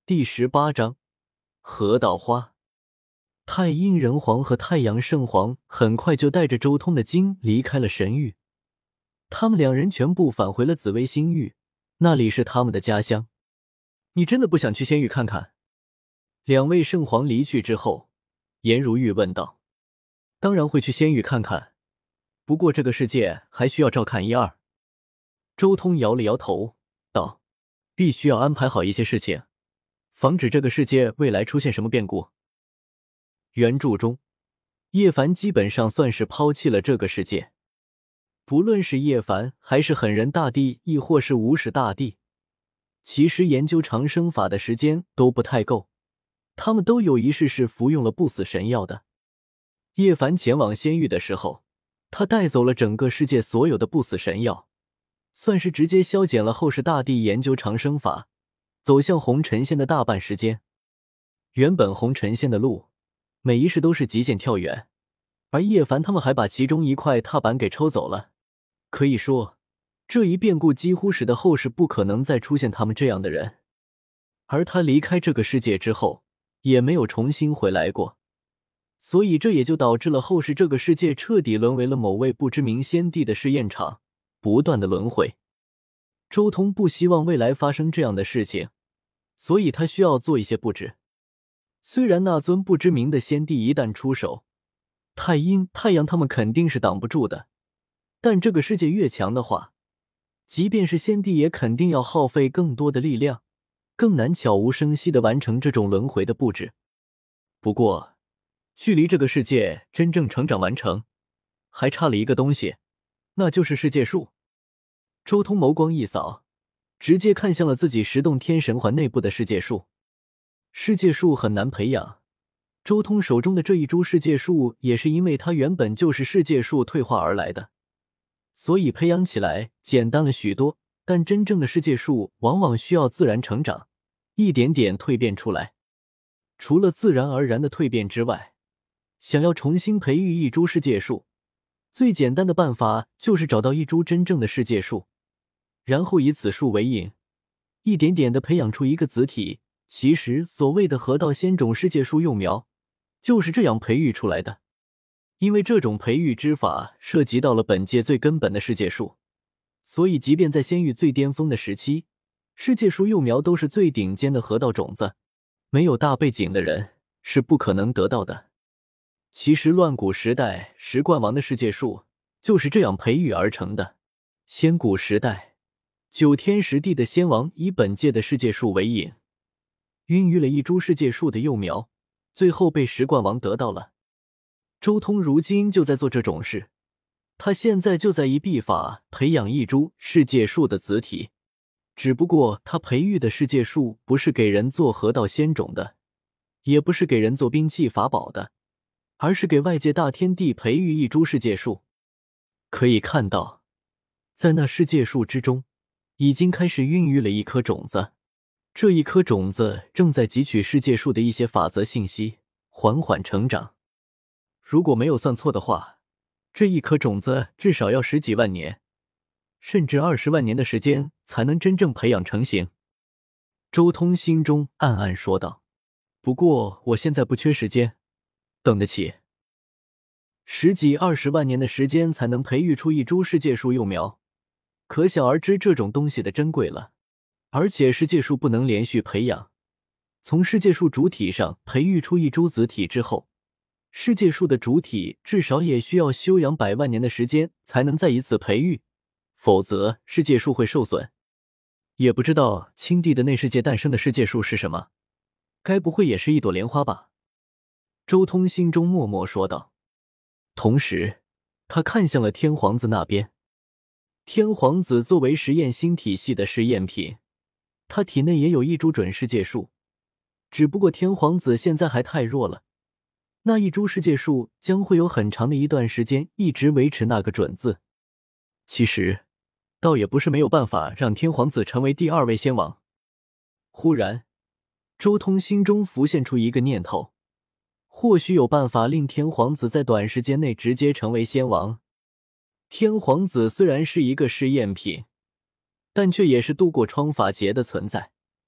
第18章河道花。太阴人皇和太阳圣皇很快就带着周通的经离开了神域，他们两人全部返回了紫薇星域，那里是他们的家乡。你真的不想去仙域看看？两位圣皇离去之后，颜如玉问道。当然会去仙域看看，不过这个世界还需要照看一二。周通摇了摇头道，必须要安排好一些事情，防止这个世界未来出现什么变故。原著中，叶凡基本上算是抛弃了这个世界，不论是叶凡还是狠人大帝亦或是无始大帝，其实研究长生法的时间都不太够，他们都有一世是服用了不死神药的。叶凡前往仙域的时候，他带走了整个世界所有的不死神药，算是直接削减了后世大帝研究长生法走向红尘仙的大半时间。原本红尘仙的路每一世都是极限跳远，而叶凡他们还把其中一块踏板给抽走了。可以说，这一变故几乎使得后世不可能再出现他们这样的人。而他离开这个世界之后，也没有重新回来过，所以这也就导致了后世这个世界彻底沦为了某位不知名先帝的试验场，不断的轮回。周通不希望未来发生这样的事情，所以他需要做一些布置。虽然那尊不知名的先帝一旦出手，太阴、太阳他们肯定是挡不住的，但这个世界越强的话，即便是先帝也肯定要耗费更多的力量，更难悄无声息地完成这种轮回的布置。不过，距离这个世界真正成长完成，还差了一个东西，那就是世界树。周通眸光一扫，直接看向了自己10洞天神环内部的世界树。世界树很难培养，周通手中的这一株世界树也是因为它原本就是世界树退化而来的，所以培养起来简单了许多，但真正的世界树往往需要自然成长，一点点蜕变出来。除了自然而然的蜕变之外，想要重新培育一株世界树，最简单的办法就是找到一株真正的世界树，然后以此树为引，一点点的培养出一个子体。其实所谓的河道仙种世界树幼苗就是这样培育出来的。因为这种培育之法涉及到了本界最根本的世界树，所以即便在仙域最巅峰的时期，世界树幼苗都是最顶尖的河道种子，没有大背景的人是不可能得到的。其实乱古时代石冠王的世界树就是这样培育而成的。仙古时代9天10地的仙王以本界的世界树为引，孕育了一株世界树的幼苗，最后被石冠王得到了。周通如今就在做这种事，他现在就在以秘法培养一株世界树的子体，只不过他培育的世界树不是给人做河道仙种的，也不是给人做兵器法宝的，而是给外界大天地培育一株世界树。可以看到，在那世界树之中已经开始孕育了一颗种子，这一颗种子正在汲取世界树的一些法则信息，缓缓成长。如果没有算错的话，这一颗种子至少要10几万年，甚至20万年的时间才能真正培养成型。周通心中暗暗说道。不过我现在不缺时间，等得起。10几20万年的时间才能培育出一株世界树幼苗，可想而知这种东西的珍贵了。而且世界树不能连续培养，从世界树主体上培育出一株子体之后，世界树的主体至少也需要休养100万年的时间才能再一次培育，否则世界树会受损。也不知道青帝的内世界诞生的世界树是什么，该不会也是一朵莲花吧？周通心中默默说道。同时他看向了天皇子那边。天皇子作为实验新体系的试验品，他体内也有一株准世界树，只不过天皇子现在还太弱了，那一株世界树将会有很长的一段时间一直维持那个准字。其实倒也不是没有办法让天皇子成为第2位仙王。忽然周通心中浮现出一个念头，或许有办法令天皇子在短时间内直接成为仙王。天皇子虽然是一个试验品，但却也是度过窗法劫的存在。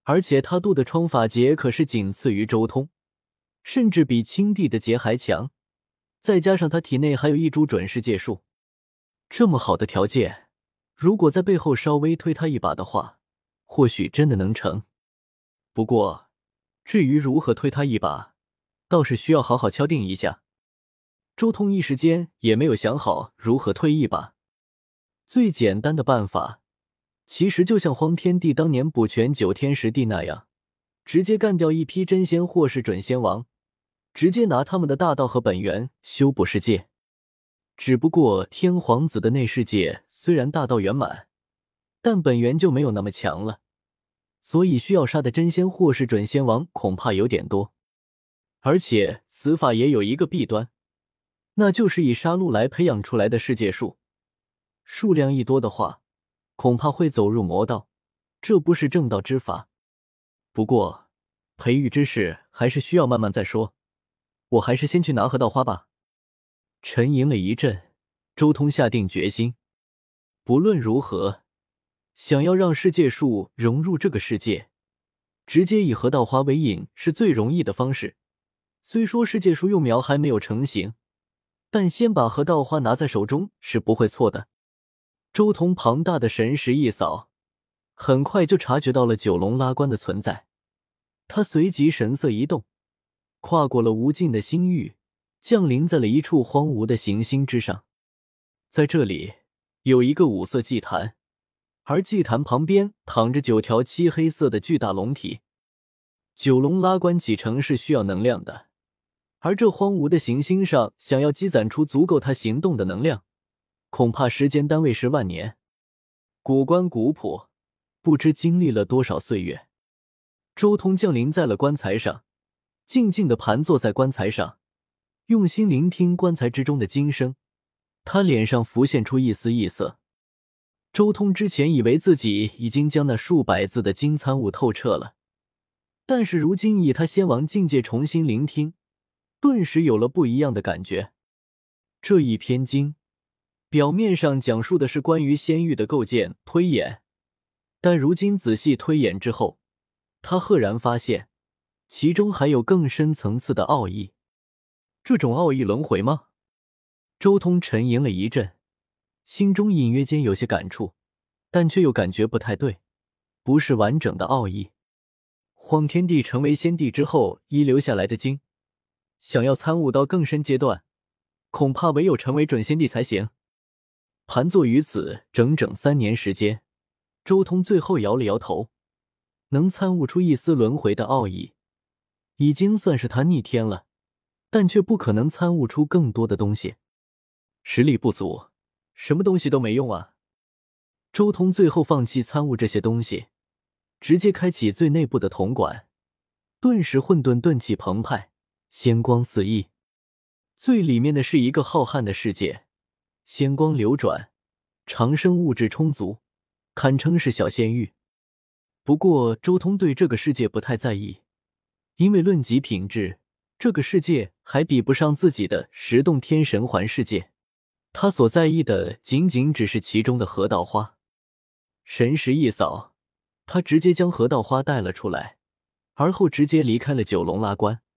而且他渡的窗法劫可是仅次于周通，甚至比青帝的劫还强，再加上他体内还有一株准世界树，这么好的条件，如果在背后稍微推他一把的话，或许真的能成。不过至于如何推他一把，倒是需要好好敲定一下。周通一时间也没有想好如何推一把。最简单的办法其实就像荒天帝当年补全9天时地那样，直接干掉一批真仙或是准仙王，直接拿他们的大道和本源修补世界。只不过天皇子的内世界虽然大道圆满，但本源就没有那么强了，所以需要杀的真仙或是准仙王恐怕有点多。而且此法也有一个弊端，那就是以杀戮来培养出来的世界树，数量一多的话，恐怕会走入魔道，这不是正道之法。不过培育之事还是需要慢慢再说，我还是先去拿河道花吧。沉吟了一阵，周通下定决心，不论如何，想要让世界树融入这个世界，直接以河道花为引是最容易的方式。虽说世界树幼苗还没有成型，但先把河道花拿在手中是不会错的。周通庞大的神识一扫，很快就察觉到了九龙拉关的存在。他随即神色一动，跨过了无尽的星域，降临在了一处荒芜的行星之上。在这里有一个五色祭坛，而祭坛旁边躺着9条漆黑色的巨大龙体。九龙拉关启程是需要能量的，而这荒芜的行星上想要积攒出足够他行动的能量，恐怕时间单位是万年。古关古朴，不知经历了多少岁月。周通降临在了棺材上，静静地盘坐在棺材上，用心聆听棺材之中的经声。他脸上浮现出一丝异色。周通之前以为自己已经将那数百字的经参悟透彻了，但是如今以他仙王境界重新聆听，顿时有了不一样的感觉。这一篇经表面上讲述的是关于仙域的构建推演，但如今仔细推演之后，他赫然发现其中还有更深层次的奥义。这种奥义轮回吗？周通沉吟了一阵，心中隐约间有些感触，但却又感觉不太对，不是完整的奥义。荒天帝成为先帝之后遗留下来的经，想要参悟到更深阶段，恐怕唯有成为准仙帝才行。盘坐于此整整3年时间，周通最后摇了摇头，能参悟出一丝轮回的奥义，已经算是他逆天了，但却不可能参悟出更多的东西。实力不足，什么东西都没用啊。周通最后放弃参悟这些东西，直接开启最内部的铜管，顿时混沌沌气澎湃，仙光四溢。最里面的是一个浩瀚的世界，仙光流转，长生物质充足，堪称是小仙域。不过周通对这个世界不太在意，因为论及品质，这个世界还比不上自己的10洞天神环世界。他所在意的仅仅只是其中的河道花。神识一扫，他直接将河道花带了出来，而后直接离开了九龙拉关。